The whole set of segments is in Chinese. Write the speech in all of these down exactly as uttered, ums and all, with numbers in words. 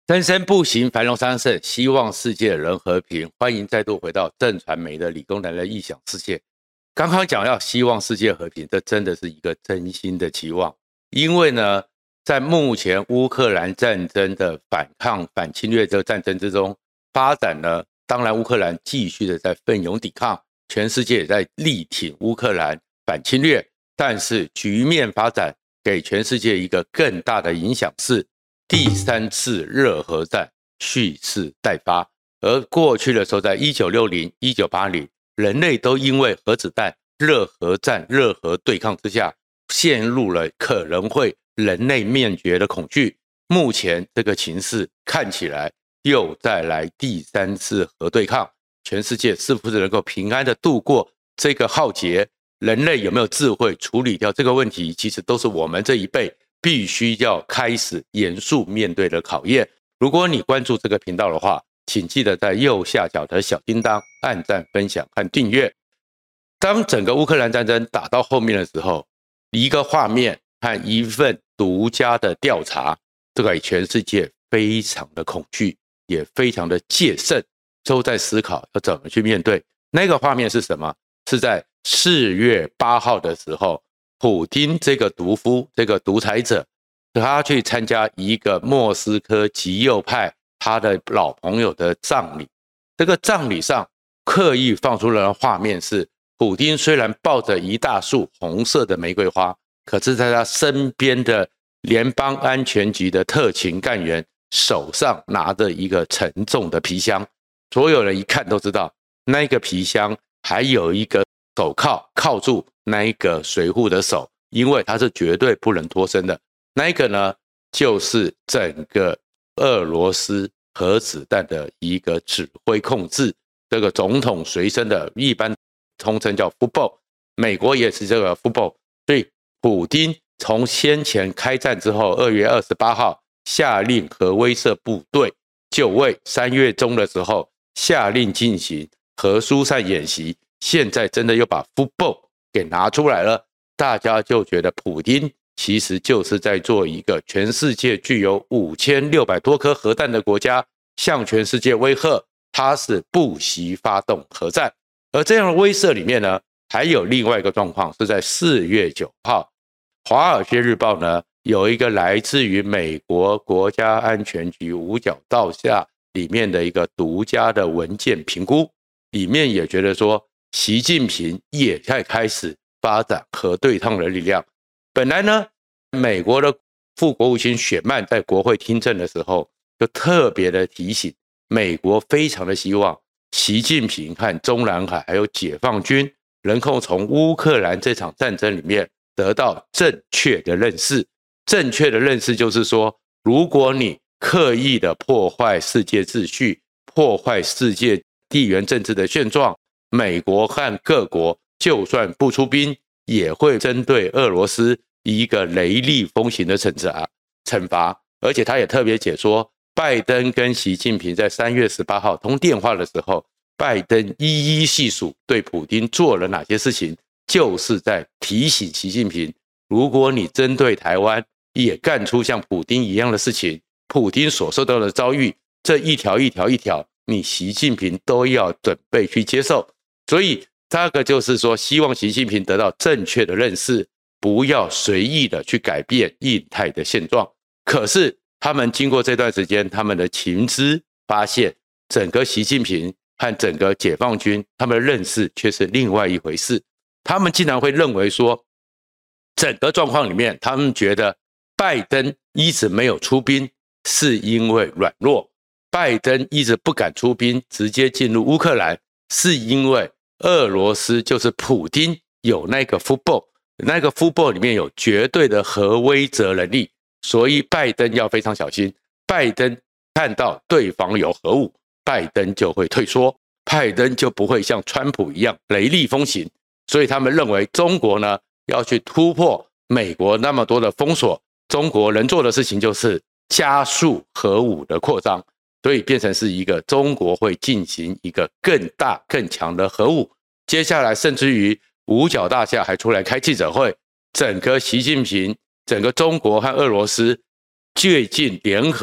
生生不息，繁荣昌盛，希望世界人和平。欢迎再度回到正传媒的理工男的异想世界。刚刚讲要希望世界和平，这真的是一个真心的期望。因为呢，在目前乌克兰战争的反抗、反侵略这个战争之中发展呢，当然乌克兰继续的在奋勇抵抗，全世界也在力挺乌克兰反侵略。但是局面发展给全世界一个更大的影响是，第三次热核战蓄势待发。而过去的时候，在一九六零、一九八零，人类都因为核子弹、热核战、热核对抗之下，陷入了可能会人类灭绝的恐惧。目前这个情势看起来又再来第三次核对抗，全世界是不是能够平安的度过这个浩劫？人类有没有智慧处理掉这个问题？其实都是我们这一辈必须要开始严肃面对的考验。如果你关注这个频道的话，请记得在右下角的小叮当按赞、分享和订阅。当整个乌克兰战争打到后面的时候，一个画面和一份独家的调查，这个全世界非常的恐惧，也非常的戒慎，都在思考要怎么去面对。那个画面是什么？是在四月八号的时候，普丁这个毒夫，这个独裁者，他去参加一个莫斯科极右派他的老朋友的葬礼。这个葬礼上刻意放出来的画面是，普丁虽然抱着一大束红色的玫瑰花，可是在他身边的联邦安全局的特勤干员手上拿着一个沉重的皮箱。所有人一看都知道，那个皮箱还有一个手铐铐住那一个随扈的手，因为他是绝对不能脱身的。那一个呢，就是整个俄罗斯核子弹的一个指挥控制，这个总统随身的，一般通称叫 football， 美国也是这个 football。 所以普丁从先前开战之后，二月二十八号下令核威慑部队就位，三月中的时候下令进行核疏散演习，现在真的又把 football 给拿出来了，大家就觉得普丁其实就是在做一个全世界具有五千六百多颗核弹的国家，向全世界威吓，他是不惜发动核战。而这样的威慑里面呢，还有另外一个状况，是在四月九号，华尔街日报呢有一个来自于美国国家安全局五角大厦里面的一个独家的文件评估，里面也觉得说，习近平也在开始发展核对抗的力量。本来呢，美国的副国务卿雪曼在国会听证的时候，就特别的提醒，美国非常的希望习近平和中南海还有解放军能够从乌克兰这场战争里面得到正确的认识。正确的认识就是说，如果你刻意的破坏世界秩序，破坏世界地缘政治的现状，美国和各国就算不出兵，也会针对俄罗斯一个雷厉风行的惩罚。而且他也特别解说，拜登跟习近平在三月十八号通电话的时候，拜登一一细数对普丁做了哪些事情，就是在提醒习近平，如果你针对台湾也干出像普丁一样的事情，普丁所受到的遭遇，这一条一条一条，你习近平都要准备去接受。所以这个就是说，希望习近平得到正确的认识，不要随意的去改变印太的现状。可是他们经过这段时间，他们的情资发现，整个习近平和整个解放军他们的认识却是另外一回事。他们竟然会认为说，整个状况里面，他们觉得拜登一直没有出兵是因为软弱，拜登一直不敢出兵直接进入乌克兰，是因为俄罗斯就是普丁有那个 football， 那个 football 里面有绝对的核威慑能力，所以拜登要非常小心。拜登看到对方有核武，拜登就会退缩，拜登就不会像川普一样雷厉风行。所以他们认为中国呢要去突破美国那么多的封锁，中国能做的事情就是加速核武的扩张，所以变成是一个中国会进行一个更大更强的核武。接下来甚至于五角大厦还出来开记者会，整个习近平整个中国和俄罗斯最近联合的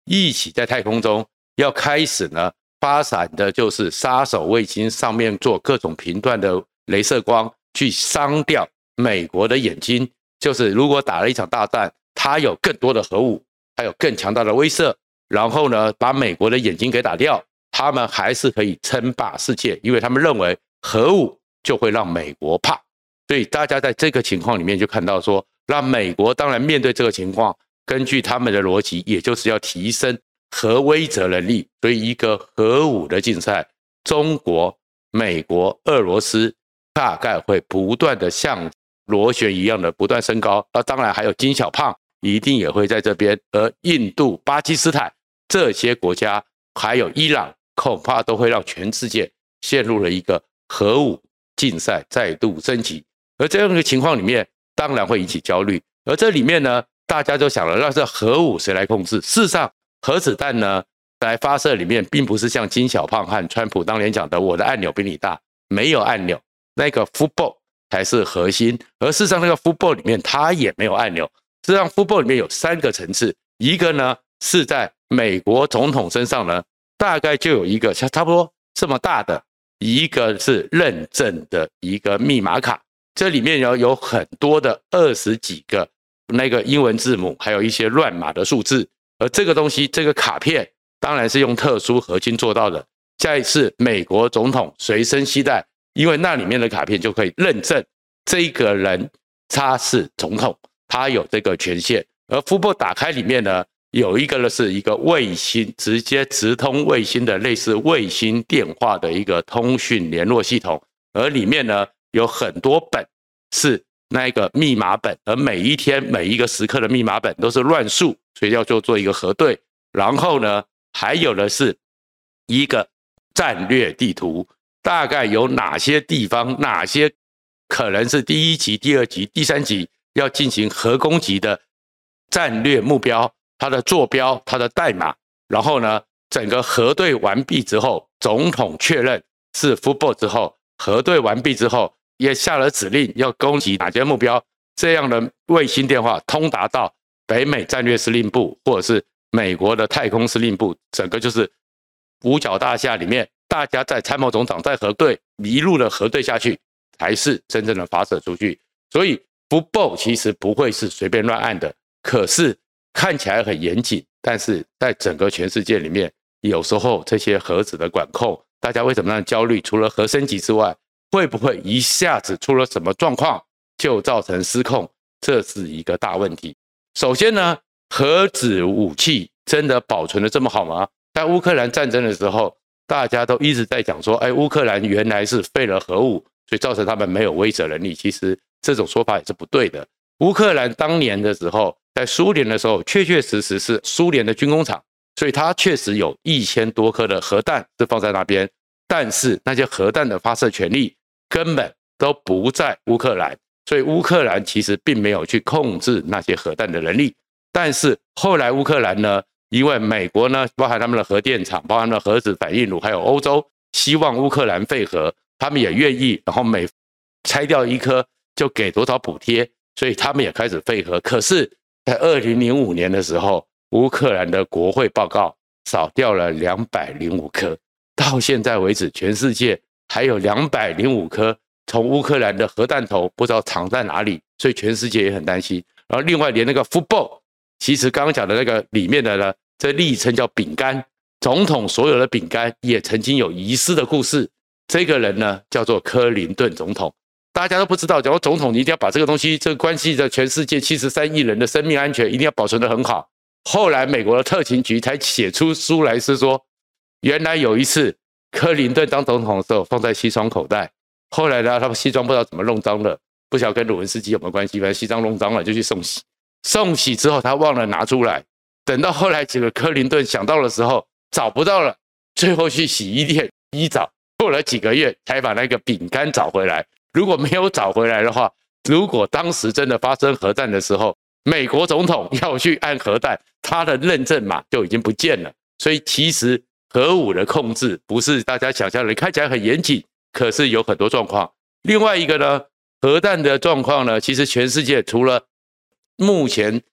一起在太空中要开始呢发展的就是杀手卫星上面做各种频段的雷射光，去伤掉美国的眼睛。就是如果打了一场大战，它有更多的核武，还有更强大的威慑，然后呢把美国的眼睛给打掉，他们还是可以称霸世界，因为他们认为核武就会让美国怕。所以大家在这个情况里面就看到说，让美国当然面对这个情况，根据他们的逻辑，也就是要提升核威慑能力。所以一个核武的竞赛，中国、美国、俄罗斯大概会不断的像螺旋一样的不断升高。那当然还有金小胖一定也会在这边，而印度、巴基斯坦这些国家还有伊朗，恐怕都会让全世界陷入了一个核武竞赛再度升级。而这样的情况里面当然会引起焦虑，而这里面呢大家就想了，那这核武谁来控制？事实上核子弹呢来发射里面并不是像金小胖和川普当年讲的我的按钮比你大，没有按钮，那个 football 才是核心。而事实上那个 football 里面它也没有按钮，事实上 football 里面有三个层次，一个呢是在美国总统身上呢大概就有一个差不多这么大的，一个是认证的一个密码卡，这里面有有很多的二十几个那个英文字母，还有一些乱码的数字。而这个东西这个卡片当然是用特殊合金做到的，再是美国总统随身携带，因为那里面的卡片就可以认证这个人他是总统，他有这个权限。而 football 打开里面呢有一个呢是一个卫星，直接直通卫星的类似卫星电话的一个通讯联络系统，而里面呢有很多本是那个密码本，而每一天每一个时刻的密码本都是乱数，所以要做做一个核对。然后呢还有的是一个战略地图，大概有哪些地方哪些可能是第一级第二级第三级要进行核攻击的战略目标，它的坐标它的代码，然后呢整个核对完毕之后，总统确认是 football 之后，核对完毕之后也下了指令要攻击哪些目标，这样的卫星电话通达到北美战略司令部或者是美国的太空司令部，整个就是五角大厦里面大家在参谋总长在核对，一路的核对下去才是真正的发射出去。所以 football 其实不会是随便乱按的，可是看起来很严谨，但是在整个全世界里面，有时候这些核子的管控，大家为什么那么焦虑？除了核升级之外，会不会一下子出了什么状况就造成失控？这是一个大问题。首先呢，核子武器真的保存的这么好吗？在乌克兰战争的时候，大家都一直在讲说，哎，乌克兰原来是废了核武，所以造成他们没有威慑能力。其实这种说法也是不对的。乌克兰当年的时候，在苏联的时候，确确实实是苏联的军工厂，所以它确实有一千多颗的核弹是放在那边，但是那些核弹的发射权利根本都不在乌克兰，所以乌克兰其实并没有去控制那些核弹的能力。但是后来乌克兰呢，因为美国呢，包含他们的核电厂，包含他们的核子反应炉，还有欧洲希望乌克兰废核，他们也愿意，然后每拆掉一颗就给多少补贴，所以他们也开始废核。可是在二零零五年的时候，乌克兰的国会报告少掉了两百零五颗，到现在为止全世界还有两百零五颗从乌克兰的核弹头不知道藏在哪里，所以全世界也很担心。然后另外连那个 football， 其实刚刚讲的那个里面的呢，这昵称叫饼干，总统所有的饼干也曾经有遗失的故事。这个人呢叫做克林顿总统，大家都不知道，假如总统你一定要把这个东西，这个关系着全世界七十三亿人的生命安全，一定要保存得很好。后来美国的特勤局才写出书来，是说原来有一次克林顿当总统的时候放在西装口袋，后来呢他们西装不知道怎么弄脏了，不晓得跟鲁文斯基有没有关系，反正西装弄脏了就去送洗，送洗之后他忘了拿出来，等到后来这个克林顿想到的时候找不到了，最后去洗衣店一找，过了几个月才把那个饼干找回来。如果没有找回来的话，如果当时真的发生核战的时候，美国总统要去按核弹，他的认证码就已经不见了。所以其实核武的控制不是大家想象的看起来很严谨，可是有很多状况。另外一个呢，核弹的状况呢，其实全世界除了目前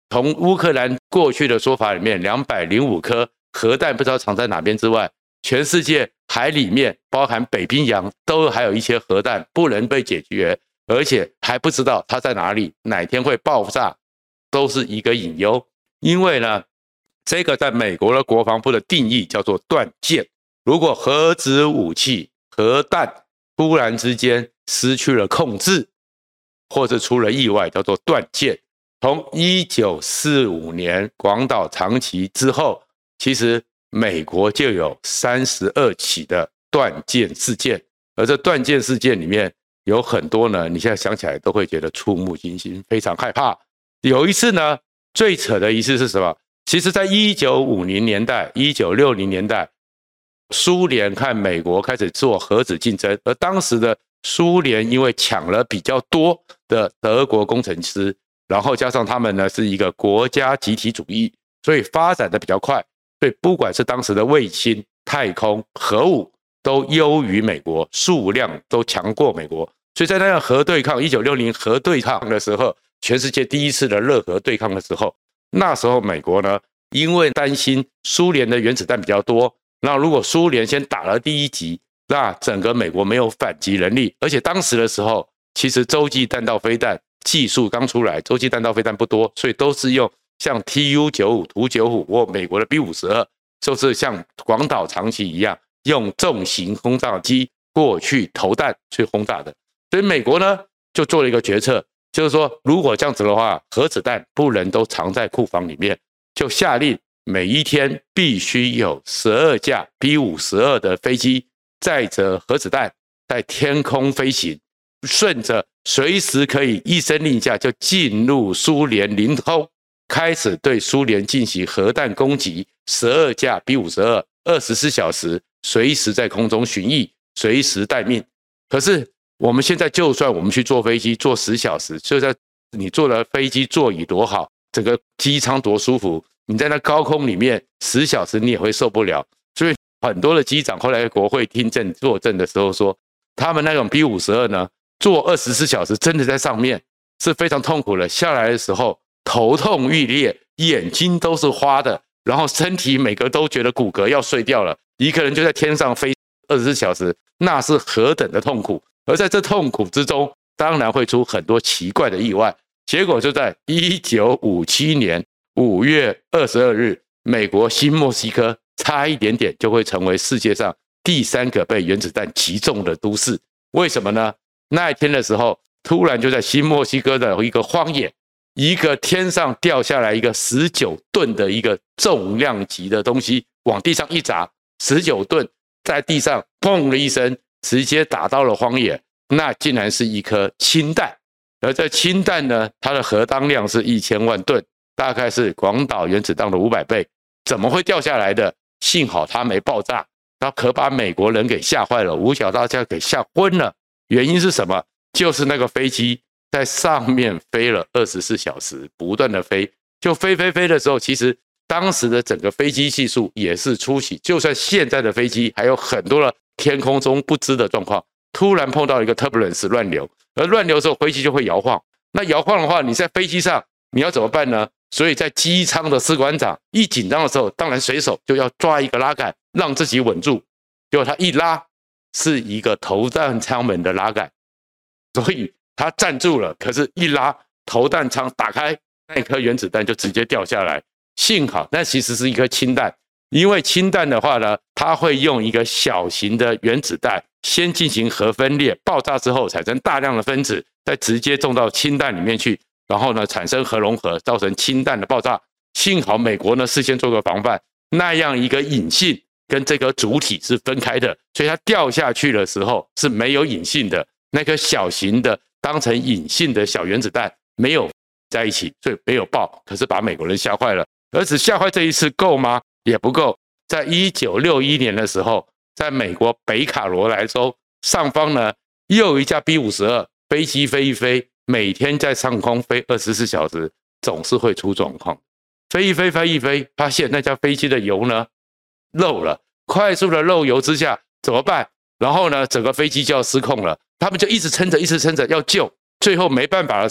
从乌克兰过去的说法里面，两百零五颗核弹不知道藏在哪边之外，全世界海里面，包含北冰洋，都还有一些核弹不能被解决，而且还不知道它在哪里，哪天会爆炸，都是一个隐忧。因为呢，这个在美国的国防部的定义叫做断剑。如果核子武器、核弹突然之间失去了控制，或者出了意外，叫做断剑。从一九四五年广岛、长崎之后，其实美国就有三十二起的断剑事件，而这断剑事件里面有很多呢，你现在想起来都会觉得触目惊心，非常害怕。有一次呢，最扯的一次是什么？其实在一九五零年代、一九六零年代，苏联和美国开始做核子竞争，而当时的苏联因为抢了比较多的德国工程师，然后加上他们呢是一个国家集体主义，所以发展的比较快，所以不管是当时的卫星、太空、核武都优于美国，数量都强过美国，所以在那样核对抗一九六零核对抗的时候，全世界第一次的热核对抗的时候，那时候美国呢因为担心苏联的原子弹比较多，那如果苏联先打了第一击，那整个美国没有反击能力，而且当时的时候其实洲际弹道飞弹技术刚出来，洲际弹道飞弹不多，所以都是用像 T U 九十五、图九十五或美国的 B 五十二，就是像广岛、长崎一样，用重型轰炸机过去投弹去轰炸的。所以美国呢就做了一个决策，就是说如果这样子的话，核子弹不能都藏在库房里面，就下令每一天必须有十二架 B 五十二的飞机载着核子弹在天空飞行，顺着随时可以一声令下就进入苏联领空，开始对苏联进行核弹攻击。十二架 B 五十二 二十四小时随时在空中巡弋，随时待命。可是我们现在就算我们去坐飞机坐十小时，就在你坐的飞机座椅多好，整个机舱多舒服，你在那高空里面十小时你也会受不了。所以很多的机长后来国会听证作证的时候说，他们那种 B 五十二 呢坐二十四小时真的在上面是非常痛苦的，下来的时候头痛欲裂，眼睛都是花的，然后身体每个都觉得骨骼要碎掉了，一个人就在天上飞二十四小时，那是何等的痛苦。而在这痛苦之中，当然会出很多奇怪的意外。结果就在一九五七年五月二十二日，美国新墨西哥差一点点就会成为世界上第三个被原子弹击中的都市。为什么呢？那一天的时候，突然就在新墨西哥的一个荒野，一个天上掉下来一个十九吨的一个重量级的东西，往地上一砸，十九吨在地上砰的一声，直接打到了荒野。那竟然是一颗氢弹，而这氢弹呢，它的核当量是一千万吨，大概是广岛原子弹的五百倍。怎么会掉下来的？幸好它没爆炸，它可把美国人给吓坏了，五角大家给吓昏了。原因是什么？就是那个飞机在上面飞了二十四小时，不断的飞，就飞飞飞的时候，其实当时的整个飞机技术也是出奇，就算现在的飞机还有很多的天空中不知的状况，突然碰到一个 turbulence 乱流，而乱流的时候飞机就会摇晃，那摇晃的话，你在飞机上你要怎么办呢？所以在机舱的士官长一紧张的时候，当然随手就要抓一个拉杆让自己稳住，结果他一拉是一个投弹舱门的拉杆，所以他站住了，可是一拉投弹舱打开，那颗原子弹就直接掉下来。幸好那其实是一颗氢弹，因为氢弹的话呢，它会用一个小型的原子弹先进行核分裂，爆炸之后产生大量的分子，再直接种到氢弹里面去，然后呢产生核融合，造成氢弹的爆炸。幸好美国呢事先做个防范，那样一个引信跟这个主体是分开的，所以它掉下去的时候是没有引信的，那颗小型的当成引信的小原子弹没有在一起，所以没有爆，可是把美国人吓坏了。而只吓坏这一次够吗？也不够。在一九六一年的时候，在美国北卡罗来州上方呢，又有一架 B 五十二 飞机飞一飞，每天在上空飞二十四小时，总是会出状况。飞一飞飞一飞，发现那架飞机的油呢漏了，快速的漏油之下怎么办？然后呢，整个飞机就要失控了，他们就一直撑着，一直撑着要救。最后没办法的时候，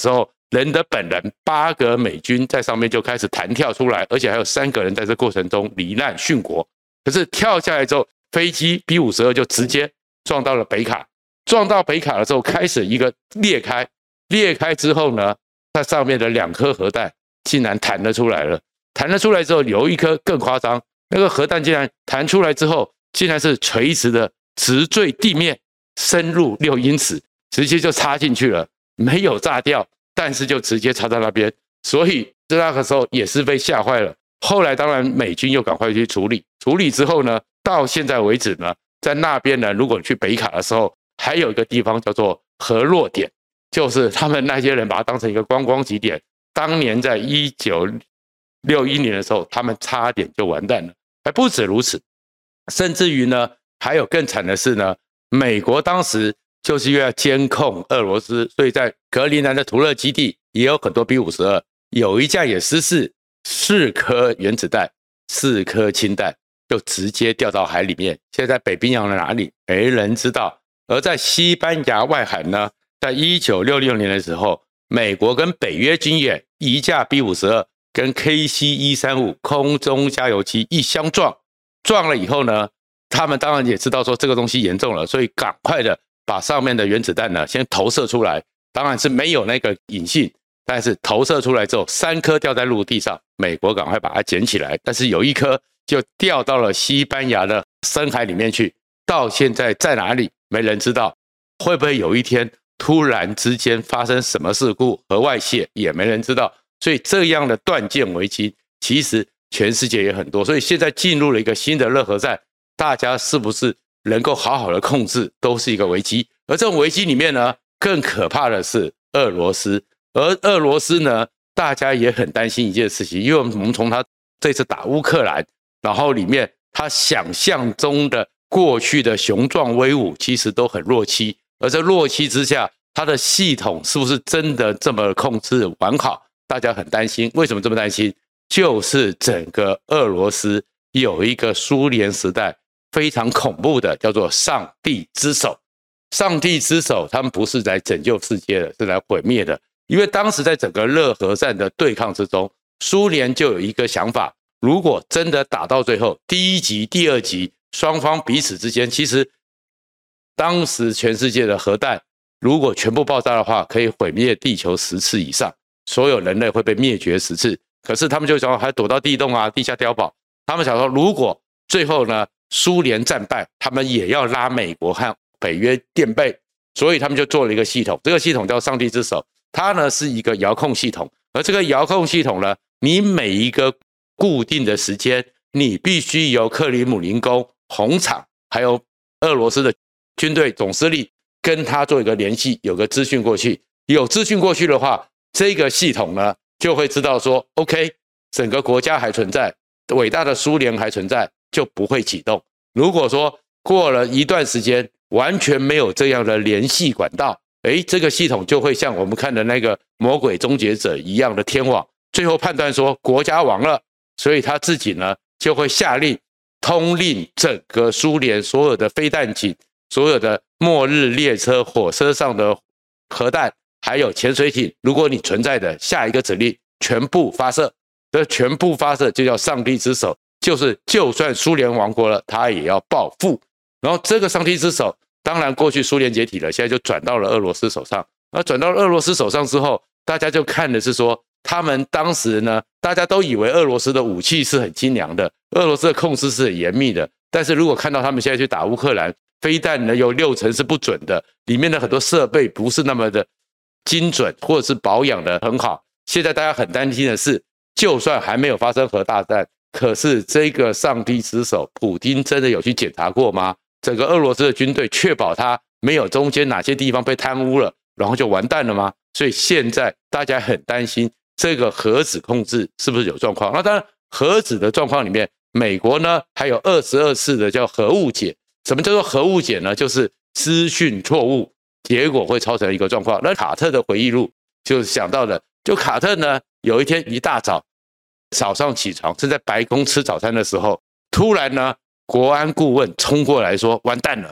人的本人，八个美军在上面就开始弹跳出来，而且还有三个人在这过程中罹难殉国。可是跳下来之后，飞机 B 五十二 就直接撞到了北卡，撞到北卡的时候开始一个裂开，裂开之后呢，它上面的两颗核弹竟然弹了出来了。弹了出来之后，有一颗更夸张，那个核弹竟然弹出来之后，竟然是垂直的直坠地面，深入六英尺，直接就插进去了，没有炸掉，但是就直接插在那边。所以那个时候也是被吓坏了。后来当然美军又赶快去处理，处理之后呢，到现在为止呢，在那边呢，如果你去北卡的时候，还有一个地方叫做核落点，就是他们那些人把它当成一个观光景点。当年在一九六一年的时候，他们差点就完蛋了。还不止如此，甚至于呢，还有更惨的是呢，美国当时就是因为要监控俄罗斯，所以在格陵兰的土勒基地也有很多 B 五十二， 有一架也失事，四颗原子弹，四颗氢弹就直接掉到海里面。现在北冰洋的哪里没人知道。而在西班牙外海呢，在一九六六年的时候，美国跟北约军演一架 B 五十二 跟 K C 一三五 空中加油机一相撞，撞了以后呢，他们当然也知道说这个东西严重了，所以赶快的把上面的原子弹呢先投射出来，当然是没有那个引信，但是投射出来之后，三颗掉在陆地上，美国赶快把它捡起来，但是有一颗就掉到了西班牙的深海里面去，到现在在哪里没人知道，会不会有一天突然之间发生什么事故，核外泄也没人知道。所以这样的断剑危机其实全世界也很多，所以现在进入了一个新的热核战，大家是不是能够好好的控制都是一个危机。而这种危机里面呢，更可怕的是俄罗斯，而俄罗斯呢，大家也很担心一件事情，因为我们从他这次打乌克兰，然后里面他想象中的过去的雄壮威武其实都很弱妻，而在弱妻之下，他的系统是不是真的这么控制完好，大家很担心。为什么这么担心？就是整个俄罗斯有一个苏联时代非常恐怖的叫做上帝之手。上帝之手他们不是来拯救世界的，是来毁灭的。因为当时在整个热核战的对抗之中，苏联就有一个想法，如果真的打到最后，第一级第二级双方彼此之间，其实当时全世界的核弹如果全部爆炸的话，可以毁灭地球十次以上，所有人类会被灭绝十次。可是他们就想还躲到地洞啊、地下碉堡，他们想说如果最后呢苏联战败，他们也要拉美国和北约垫背，所以他们就做了一个系统，这个系统叫上帝之手，它呢是一个遥控系统。而这个遥控系统呢，你每一个固定的时间，你必须由克里姆林宫、红场还有俄罗斯的军队总司令跟他做一个联系，有个资讯过去，有资讯过去的话，这个系统呢就会知道说 OK， 整个国家还存在，伟大的苏联还存在，就不会启动。如果说过了一段时间完全没有这样的联系管道，诶，这个系统就会像我们看的那个魔鬼终结者一样的天网，最后判断说国家亡了，所以他自己呢就会下令通令整个苏联所有的飞弹井、所有的末日列车、火车上的核弹还有潜水艇，如果你存在的下一个指令全部发射，这全部发射就叫上帝之手，就是就算苏联亡国了，他也要报复。然后这个上帝之手当然过去苏联解体了，现在就转到了俄罗斯手上。那转到俄罗斯手上之后，大家就看的是说他们当时呢，大家都以为俄罗斯的武器是很精良的，俄罗斯的控制是很严密的，但是如果看到他们现在去打乌克兰，飞弹呢有六成是不准的，里面的很多设备不是那么的精准，或者是保养的很好。现在大家很担心的是，就算还没有发生核大战，可是这个上帝之手普丁真的有去检查过吗？整个俄罗斯的军队确保他没有中间哪些地方被贪污了，然后就完蛋了吗？所以现在大家很担心这个核子控制是不是有状况。那当然核子的状况里面，美国呢还有二十二次的叫核误解。什么叫做核误解呢？就是资讯错误，结果会造成一个状况。那卡特的回忆录就想到了，就卡特呢有一天一大早早上起床，正在白宫吃早餐的时候，突然呢国安顾问冲过来说完蛋了，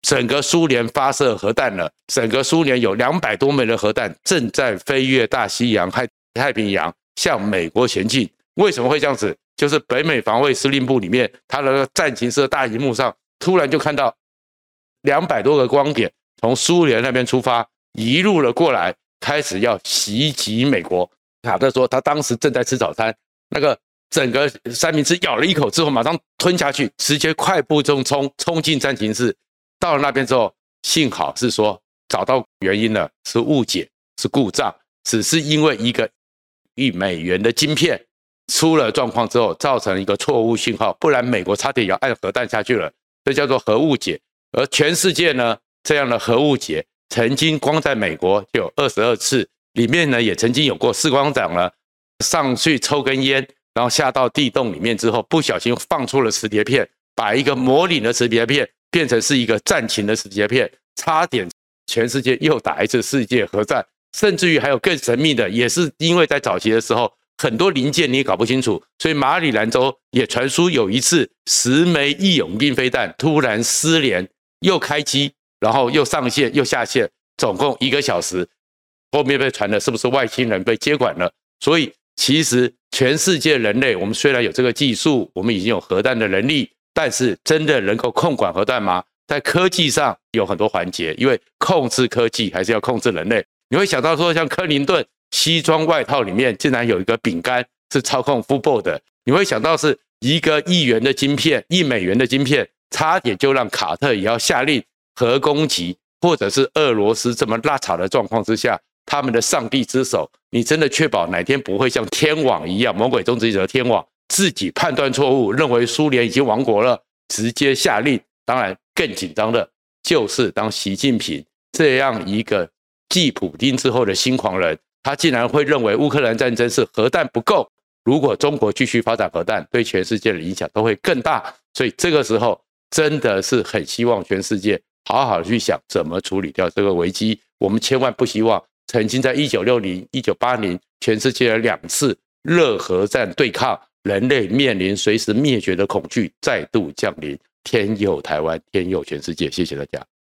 整个苏联发射核弹了，整个苏联有两百多枚的核弹正在飞越大西洋、太太平洋向美国前进。为什么会这样子？就是北美防卫司令部里面，它的战情室的大荧幕上，突然就看到两百多个光点从苏联那边出发，一路了过来，开始要袭击美国。卡特说，他当时正在吃早餐，那个整个三明治咬了一口之后，马上吞下去，直接快步中冲，冲进战情室。到了那边之后，幸好是说找到原因了，是误解，是故障，只是因为一个一美元的晶片出了状况之后，造成一个错误信号，不然美国差点也要按核弹下去了，这叫做核误解。而全世界呢，这样的核误解，曾经光在美国就有二十二次，里面呢也曾经有过士官长呢上去抽根烟，然后下到地洞里面之后，不小心放出了磁碟片，把一个模拟的磁碟片变成是一个战情的磁碟片，差点全世界又打一次世界核战。甚至于还有更神秘的，也是因为在早期的时候，很多零件你也搞不清楚，所以马里兰州也传出有一次十枚义勇兵飞弹突然失联，又开机，然后又上线又下线，总共一个小时，后面被传的是不是外星人被接管了？所以其实全世界人类，我们虽然有这个技术，我们已经有核弹的能力，但是真的能够控管核弹吗？在科技上有很多环节，因为控制科技还是要控制人类。你会想到说，像克林顿西装外套里面竟然有一个饼干是操控 football 的，你会想到是一个亿元的晶片，一美元的晶片，差点就让卡特也要下令核攻击，或者是俄罗斯这么拉扯的状况之下，他们的上帝之手，你真的确保哪天不会像天网一样，魔鬼终结者天网自己判断错误，认为苏联已经亡国了，直接下令。当然更紧张的就是当习近平这样一个继普丁之后的新狂人，他竟然会认为乌克兰战争是核弹不够，如果中国继续发展核弹，对全世界的影响都会更大。所以这个时候真的是很希望全世界好好去想怎么处理掉这个危机。我们千万不希望曾经在一九六零、一九八零全世界的两次热核战对抗，人类面临随时灭绝的恐惧再度降临。天佑台湾，天佑全世界，谢谢大家。